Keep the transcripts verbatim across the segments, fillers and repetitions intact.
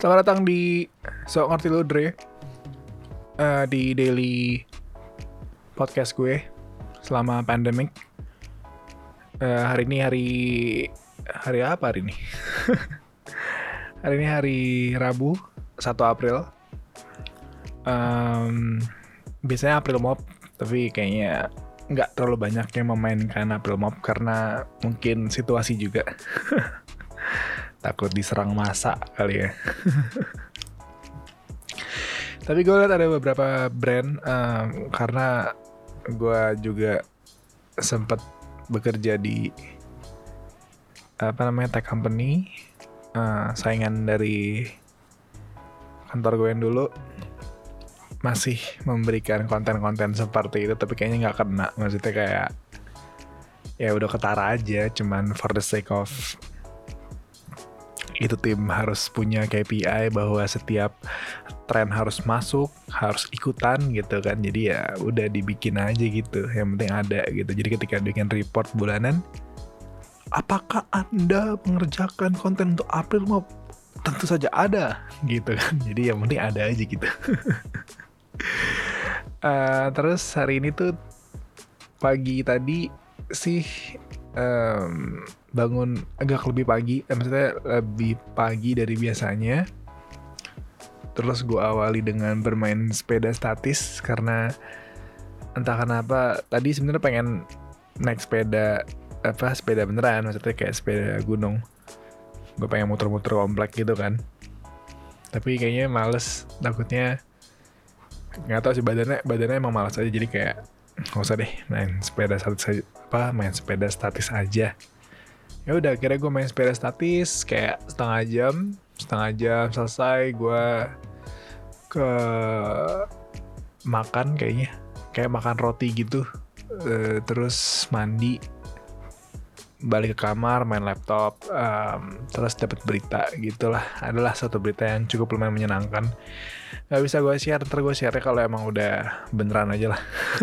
Selamat datang di Sok Ngerti Lu Dre, uh, di daily podcast gue selama pandemic. uh, Hari ini hari Hari apa hari ini? Hari ini hari Rabu satu April. um, Biasanya April Mop, tapi kayaknya nggak terlalu banyak yang memainkan April Mop karena mungkin situasi juga. Takut diserang massa kali ya. Tapi gue lihat ada beberapa brand um, karena gue juga sempat bekerja di apa namanya tech company, uh, saingan dari kantor gue yang dulu masih memberikan konten-konten seperti itu, tapi kayaknya nggak kena. Maksudnya kayak ya udah ketara aja, cuman for the sake of itu tim harus punya K P I bahwa setiap tren harus masuk, harus ikutan gitu kan. Jadi ya udah dibikin aja gitu, yang penting ada gitu. Jadi ketika bikin report bulanan, apakah Anda mengerjakan konten untuk April Mop? Tentu saja ada gitu kan. Jadi yang penting ada aja gitu. uh, Terus hari ini tuh pagi tadi sih um, bangun agak lebih pagi, eh, maksudnya lebih pagi dari biasanya. Terus gue awali dengan bermain sepeda statis karena entah kenapa tadi sebenarnya pengen naik sepeda apa sepeda beneran, maksudnya kayak sepeda gunung. Gue pengen muter-muter komplek gitu kan. Tapi kayaknya males, takutnya nggak tahu sih, badannya badannya emang malas aja, jadi kayak nggak usah deh main sepeda statis aja, apa main sepeda statis aja. Ya udah, akhirnya gue main sepeda statis kayak setengah jam, setengah jam selesai. Gue ke makan kayaknya, kayak makan roti gitu, e, terus mandi, balik ke kamar, main laptop, um, terus dapat berita gitulah. Adalah satu berita yang cukup lumayan menyenangkan. Gak bisa gue share, ntar gue share kalau emang udah beneran aja lah.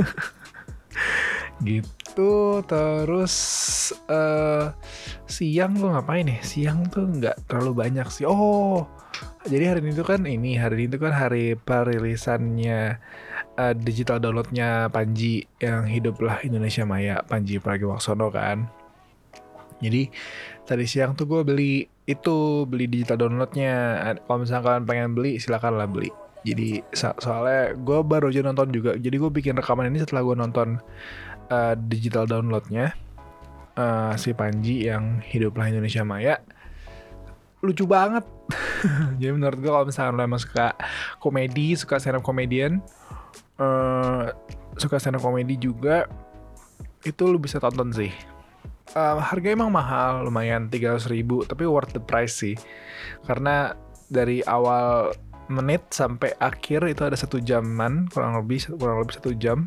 Gitu. Terus uh, siang gue ngapain nih? Siang tuh nggak terlalu banyak sih. Oh, jadi hari ini tuh kan ini hari ini tuh kan hari perilisannya uh, digital downloadnya Panji yang Hiduplah Indonesia Maya, Panji Pragiwaksono kan. Jadi tadi siang tuh gue beli itu beli digital downloadnya. Kalau misalnya kalian pengen beli, silakan lah beli. Jadi so- soalnya gue baru aja nonton juga. Jadi gue bikin rekaman ini setelah gue nonton uh, digital downloadnya uh, si Panji yang Hiduplah Indonesia Maya. Lucu banget. Jadi menurut gue kalau misalnya lo emang suka komedi, suka stand up comedian, uh, suka stand up comedy juga, itu lo bisa tonton sih. Uh, harganya emang mahal, lumayan tiga ratus ribu, tapi worth the price sih. Karena dari awal menit sampai akhir itu ada satu jaman, kurang lebih kurang lebih satu jam.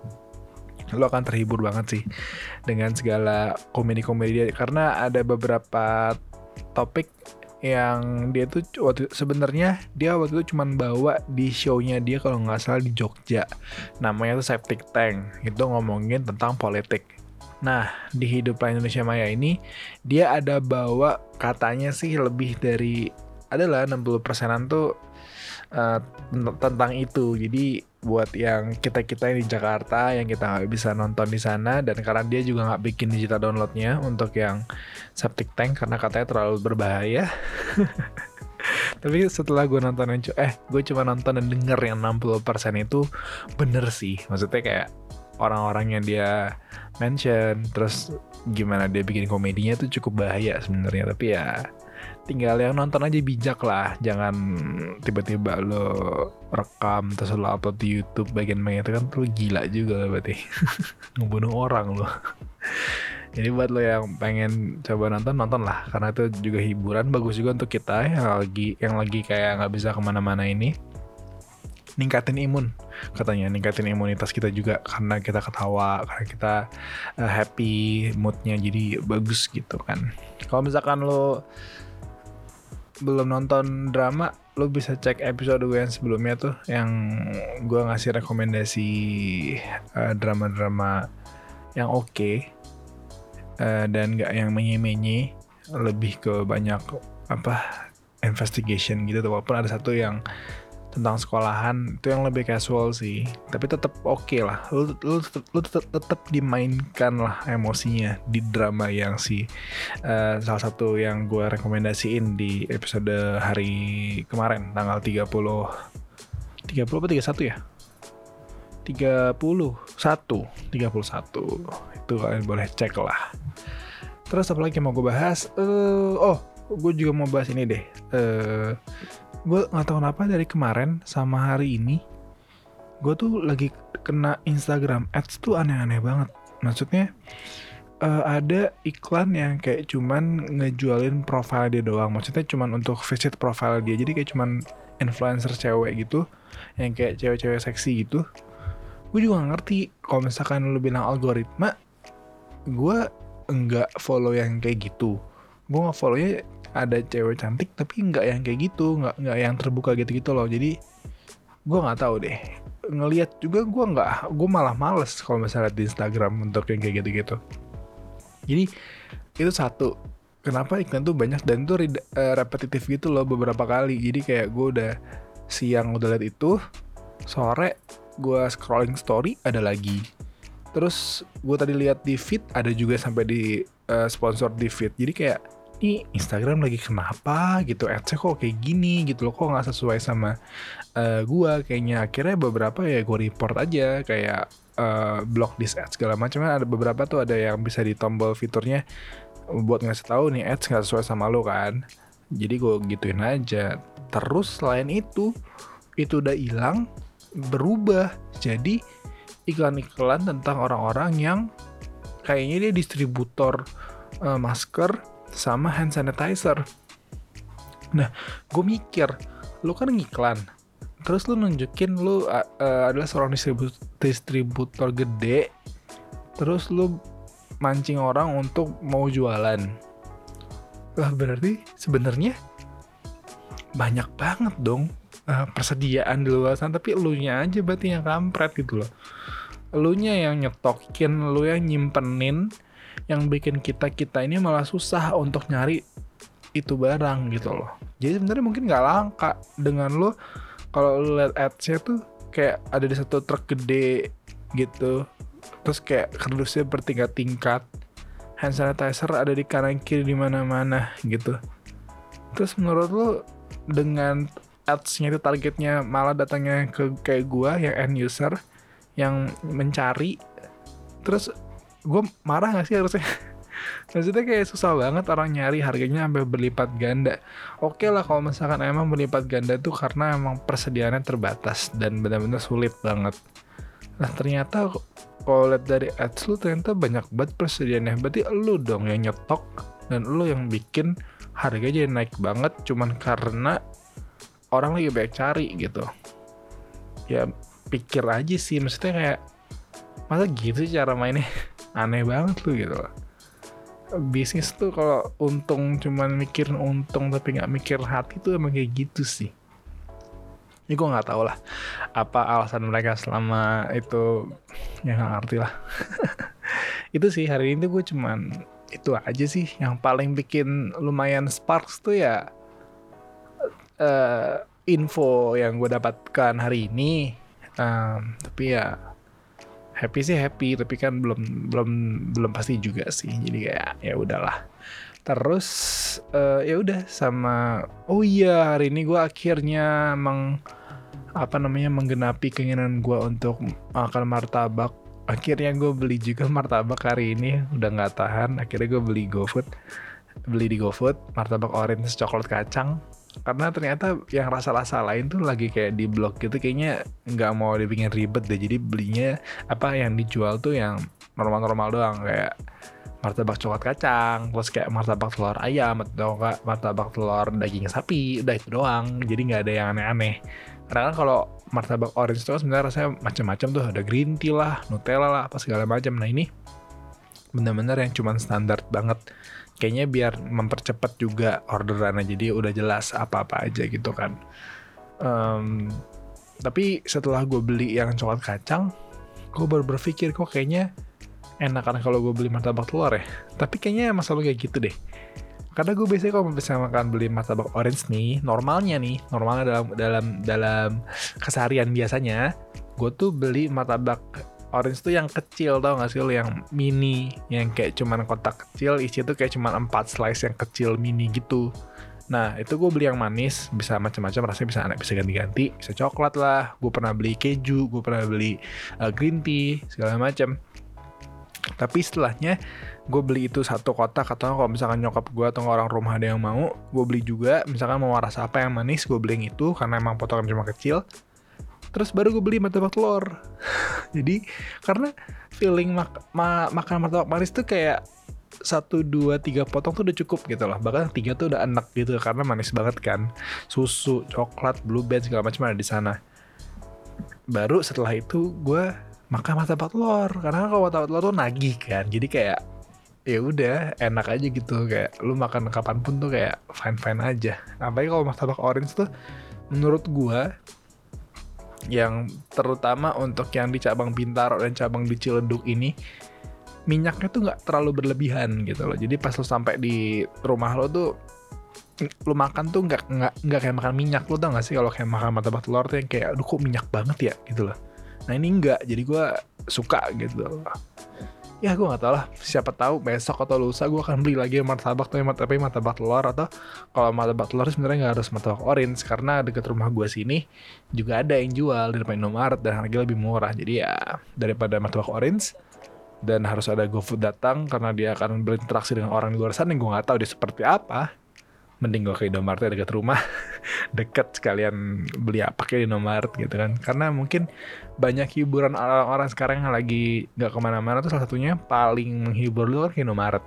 Lo akan terhibur banget sih dengan segala komedi-komedi dia, karena ada beberapa topik yang dia tuh waktu sebenarnya dia waktu itu cuman bawa di show-nya dia kalau nggak salah di Jogja. Namanya tuh Septic Tank. Itu ngomongin tentang politik. Nah, di Hiduplah Indonesia Maya ini dia ada bawa katanya sih lebih dari adalah enam puluh persenan tuh uh, tentang itu. Jadi buat yang kita-kita yang di Jakarta yang kita nggak bisa nonton di sana, dan karena dia juga nggak bikin digital downloadnya untuk yang Septic Tank karena katanya terlalu berbahaya. Tapi setelah gue nonton yang eh gue cuma nonton dan denger yang enam puluh persen itu bener sih. Maksudnya kayak orang-orang yang dia mention, terus gimana dia bikin komedinya tuh cukup bahaya sebenarnya. Tapi ya tinggal yang nonton aja bijak lah, jangan tiba-tiba lo rekam terus lo upload di YouTube bagian-bagian itu kan tuh gila juga berarti. Ngebunuh orang lo. Jadi buat lo yang pengen coba nonton, nonton lah, karena itu juga hiburan, bagus juga untuk kita yang lagi yang lagi kayak nggak bisa kemana-mana ini. Ningkatin imun katanya, ningkatin imunitas kita juga karena kita ketawa, karena kita uh, happy moodnya, jadi bagus gitu kan. Kalau misalkan lo belum nonton drama, lo bisa cek episode gue yang sebelumnya tuh, yang gue ngasih rekomendasi uh, drama-drama yang oke okay, uh, dan nggak yang menye-menye, lebih ke banyak apa investigation gitu, walaupun ada satu yang tentang sekolahan itu yang lebih casual sih, tapi tetap oke okay lah. Lu lu tetap, lu tetap, tetap dimainkan lah emosinya di drama yang si uh, salah satu yang gue rekomendasiin di episode hari kemarin tanggal tiga puluh tiga puluh apa tiga puluh satu ya? tiga puluh satu tiga puluh satu itu kalian boleh cek lah. Terus apa lagi yang mau gue bahas? Uh, oh, gue juga mau bahas ini deh. Uh, gue nggak tahu kenapa dari kemarin sama hari ini gue tuh lagi kena Instagram ads tuh aneh-aneh banget. Maksudnya uh, ada iklan yang kayak cuman ngejualin profile dia doang. Maksudnya cuman untuk visit profile dia. Jadi kayak cuman influencer cewek gitu, yang kayak cewek-cewek seksi gitu. Gue juga gak ngerti kalau misalkan lu bilang algoritma, gue enggak follow yang kayak gitu. Gue nggak follownya ada cewek cantik tapi nggak yang kayak gitu, nggak nggak yang terbuka gitu-gitu loh. Jadi gue nggak tahu deh, ngelihat juga gue nggak, gue malah males kalau misalnya di Instagram untuk yang kayak gitu-gitu. Jadi itu satu, kenapa iklan tuh banyak dan tuh uh, repetitif gitu loh beberapa kali. Jadi kayak gue udah siang udah liat itu, sore gue scrolling story ada lagi. Terus gue tadi lihat di feed ada juga sampai di uh, sponsor di feed. Jadi kayak ini Instagram lagi kenapa gitu, ads-nya kok kayak gini gitu loh, kok nggak sesuai sama uh, gue kayaknya. Akhirnya beberapa ya gue report aja, kayak uh, block this ads segala macam. Ada beberapa tuh ada yang bisa di tombol fiturnya buat ngasih tahu nih ads nggak sesuai sama lo kan. Jadi gue gituin aja. Terus selain itu itu udah hilang, berubah jadi iklan-iklan tentang orang-orang yang kayaknya dia distributor uh, masker sama hand sanitizer. Nah, gue mikir, lu kan ngiklan, terus lu nunjukin lu uh, uh, adalah seorang distribu- distributor gede, terus lu mancing orang untuk mau jualan. Lah berarti sebenarnya banyak banget dong uh, persediaan di luar sana, tapi elunya aja berarti yang kampret gitu loh. Elunya yang nyetokin, lu yang nyimpenin, yang bikin kita-kita ini malah susah untuk nyari itu barang gitu loh. Jadi sebenarnya mungkin nggak langka dengan lo kalau lo lihat ads-nya tuh kayak ada di satu truk gede gitu, terus kayak kardusnya bertingkat-tingkat, hand sanitizer ada di kanan kiri di mana-mana gitu. Terus menurut lo dengan ads-nya itu targetnya malah datangnya ke kayak gua yang end user yang mencari, terus gue marah gak sih harusnya? Maksudnya kayak susah banget orang nyari, harganya sampai berlipat ganda. Oke lah kalau misalkan emang berlipat ganda tuh karena emang persediaannya terbatas dan benar-benar sulit banget. Nah ternyata kalau lihat dari ads lu ternyata banyak banget persediaannya. Berarti lu dong yang nyetok dan lu yang bikin harganya jadi naik banget cuman karena orang lagi banyak cari gitu. Ya pikir aja sih, maksudnya kayak masa gitu sih cara mainnya. Aneh banget lu gitu loh. Bisnis tuh kalau untung cuman mikirin untung tapi nggak mikir hati tuh emang kayak gitu sih. Ini gue nggak tahu lah apa alasan mereka selama itu, ya nggak ngerti lah. Itu sih hari ini tuh gue cuman itu aja sih yang paling bikin lumayan sparks tuh ya uh, info yang gue dapatkan hari ini. Um, tapi ya happy sih happy, tapi kan belum belum belum pasti juga sih. Jadi kayak ya udahlah. Terus uh, ya udah sama oh iya hari ini gue akhirnya meng apa namanya menggenapi keinginan gue untuk makan martabak. Akhirnya gue beli juga martabak hari ini, udah nggak tahan. Akhirnya gue beli GoFood, beli di GoFood martabak orange coklat kacang. Karena ternyata yang rasa-rasa lain tuh lagi kayak di blok gitu, kayaknya nggak mau dibikin ribet deh. Jadi belinya apa yang dijual tuh yang normal-normal doang, kayak martabak coklat kacang, terus kayak martabak telur ayam atau enggak martabak telur daging sapi, udah itu doang. Jadi nggak ada yang aneh-aneh. Karena kan kalau martabak orange itu sebenarnya rasanya macam-macam tuh, ada green tea lah, Nutella lah, apa segala macam. Nah ini benar-benar yang cuman standar banget. Kayaknya biar mempercepat juga orderannya, jadi udah jelas apa-apa aja gitu kan. Um, tapi setelah gue beli yang coklat kacang, gue baru berpikir kok kayaknya enakan kalau gue beli martabak telur ya. Tapi kayaknya emang selalu kayak gitu deh. Karena gue biasanya kalau misalnya makan beli martabak orange nih, normalnya nih, normalnya dalam dalam dalam keseharian biasanya, gue tuh beli martabak orange tuh yang kecil, tau gak sih lo, yang mini, yang kayak cuman kotak kecil, isi tuh kayak cuman empat slice yang kecil mini gitu. Nah itu gue beli yang manis, bisa macam-macam rasanya, bisa aneh, bisa ganti-ganti, bisa coklat lah, gue pernah beli keju, gue pernah beli uh, green tea, segala macam. Tapi setelahnya gue beli itu satu kotak, atau kalau misalkan nyokap gue atau orang rumah ada yang mau, gue beli juga. Misalkan mau rasa apa yang manis, gue beli yang itu karena emang potongan cuma kecil. Terus baru gue beli martabak telur. Jadi karena feeling mak- ma- makan martabak manis tuh kayak satu, dua, tiga potong tuh udah cukup gitu loh. Bahkan tiga tuh udah enak gitu karena manis banget kan. Susu, coklat, blue band segala macam ada di sana. Baru setelah itu gue makan martabak telur, karena kalau martabak telur tuh nagih kan. Jadi kayak ya udah enak aja gitu, kayak lu makan kapanpun tuh kayak fine fine aja. Apalagi kalau martabak orange tuh menurut gue, yang terutama untuk yang di cabang Bintaro dan cabang di Ciledug ini, minyaknya tuh nggak terlalu berlebihan gitu loh. Jadi pas lo sampai di rumah lo tuh, lo makan tuh nggak nggak nggak kayak makan minyak. Lo tau nggak sih kalau kayak makan martabak telur tuh yang kayak aduh kok minyak banget ya gitu loh. Nah ini enggak, jadi gue suka gitu loh. Ya gue gak tau lah, siapa tahu besok atau lusa gue akan beli lagi martabak, tapi tapi martabak telur. Atau kalau martabak telur sebenarnya gak harus martabak orange, karena deket rumah gue sini juga ada yang jual di depan Indomaret dan harganya lebih murah. Jadi ya daripada martabak orange dan harus ada GoFood datang karena dia akan berinteraksi dengan orang di luar sana yang gue gak tahu dia seperti apa, mending gue ke Indomaret dekat rumah. Deket, sekalian beli apa kayak di Indomaret gitu kan. Karena mungkin banyak hiburan orang-orang sekarang yang lagi gak kemana-mana tuh, salah satunya paling menghibur lu kan ke Indomaret.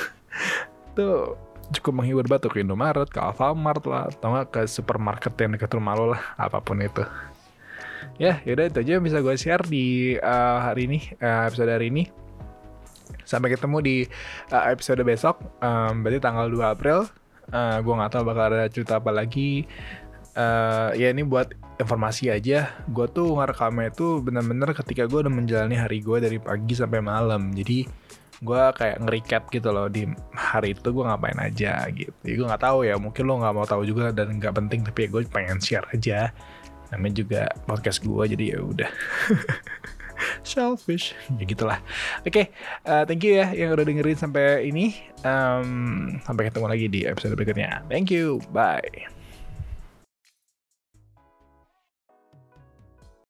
Tuh cukup menghibur banget tuh, ke Indomaret, ke Alfamart lah, atau gak ke supermarket yang dekat rumah lo lah, apapun itu. Ya yaudah, itu aja yang bisa gue share di uh, hari ini, uh, episode hari ini. Sampai ketemu di uh, episode besok, um, berarti tanggal dua April. Uh, gue nggak tahu bakal ada cerita apa lagi. Uh, ya ini buat informasi aja. Gue tuh ngerekamnya itu bener-bener ketika gue udah menjalani hari gue dari pagi sampai malam. Jadi gue kayak nge-recap gitu loh, di hari itu gue ngapain aja gitu. Jadi gue nggak tahu ya, mungkin lo nggak mau tahu juga dan nggak penting, tapi ya gue pengen share aja. Namanya juga podcast gue, jadi ya udah. Selfish ya gitulah. Oke, okay, uh, thank you ya yang udah dengerin sampai ini. Um, sampai ketemu lagi di episode berikutnya. Thank you, bye.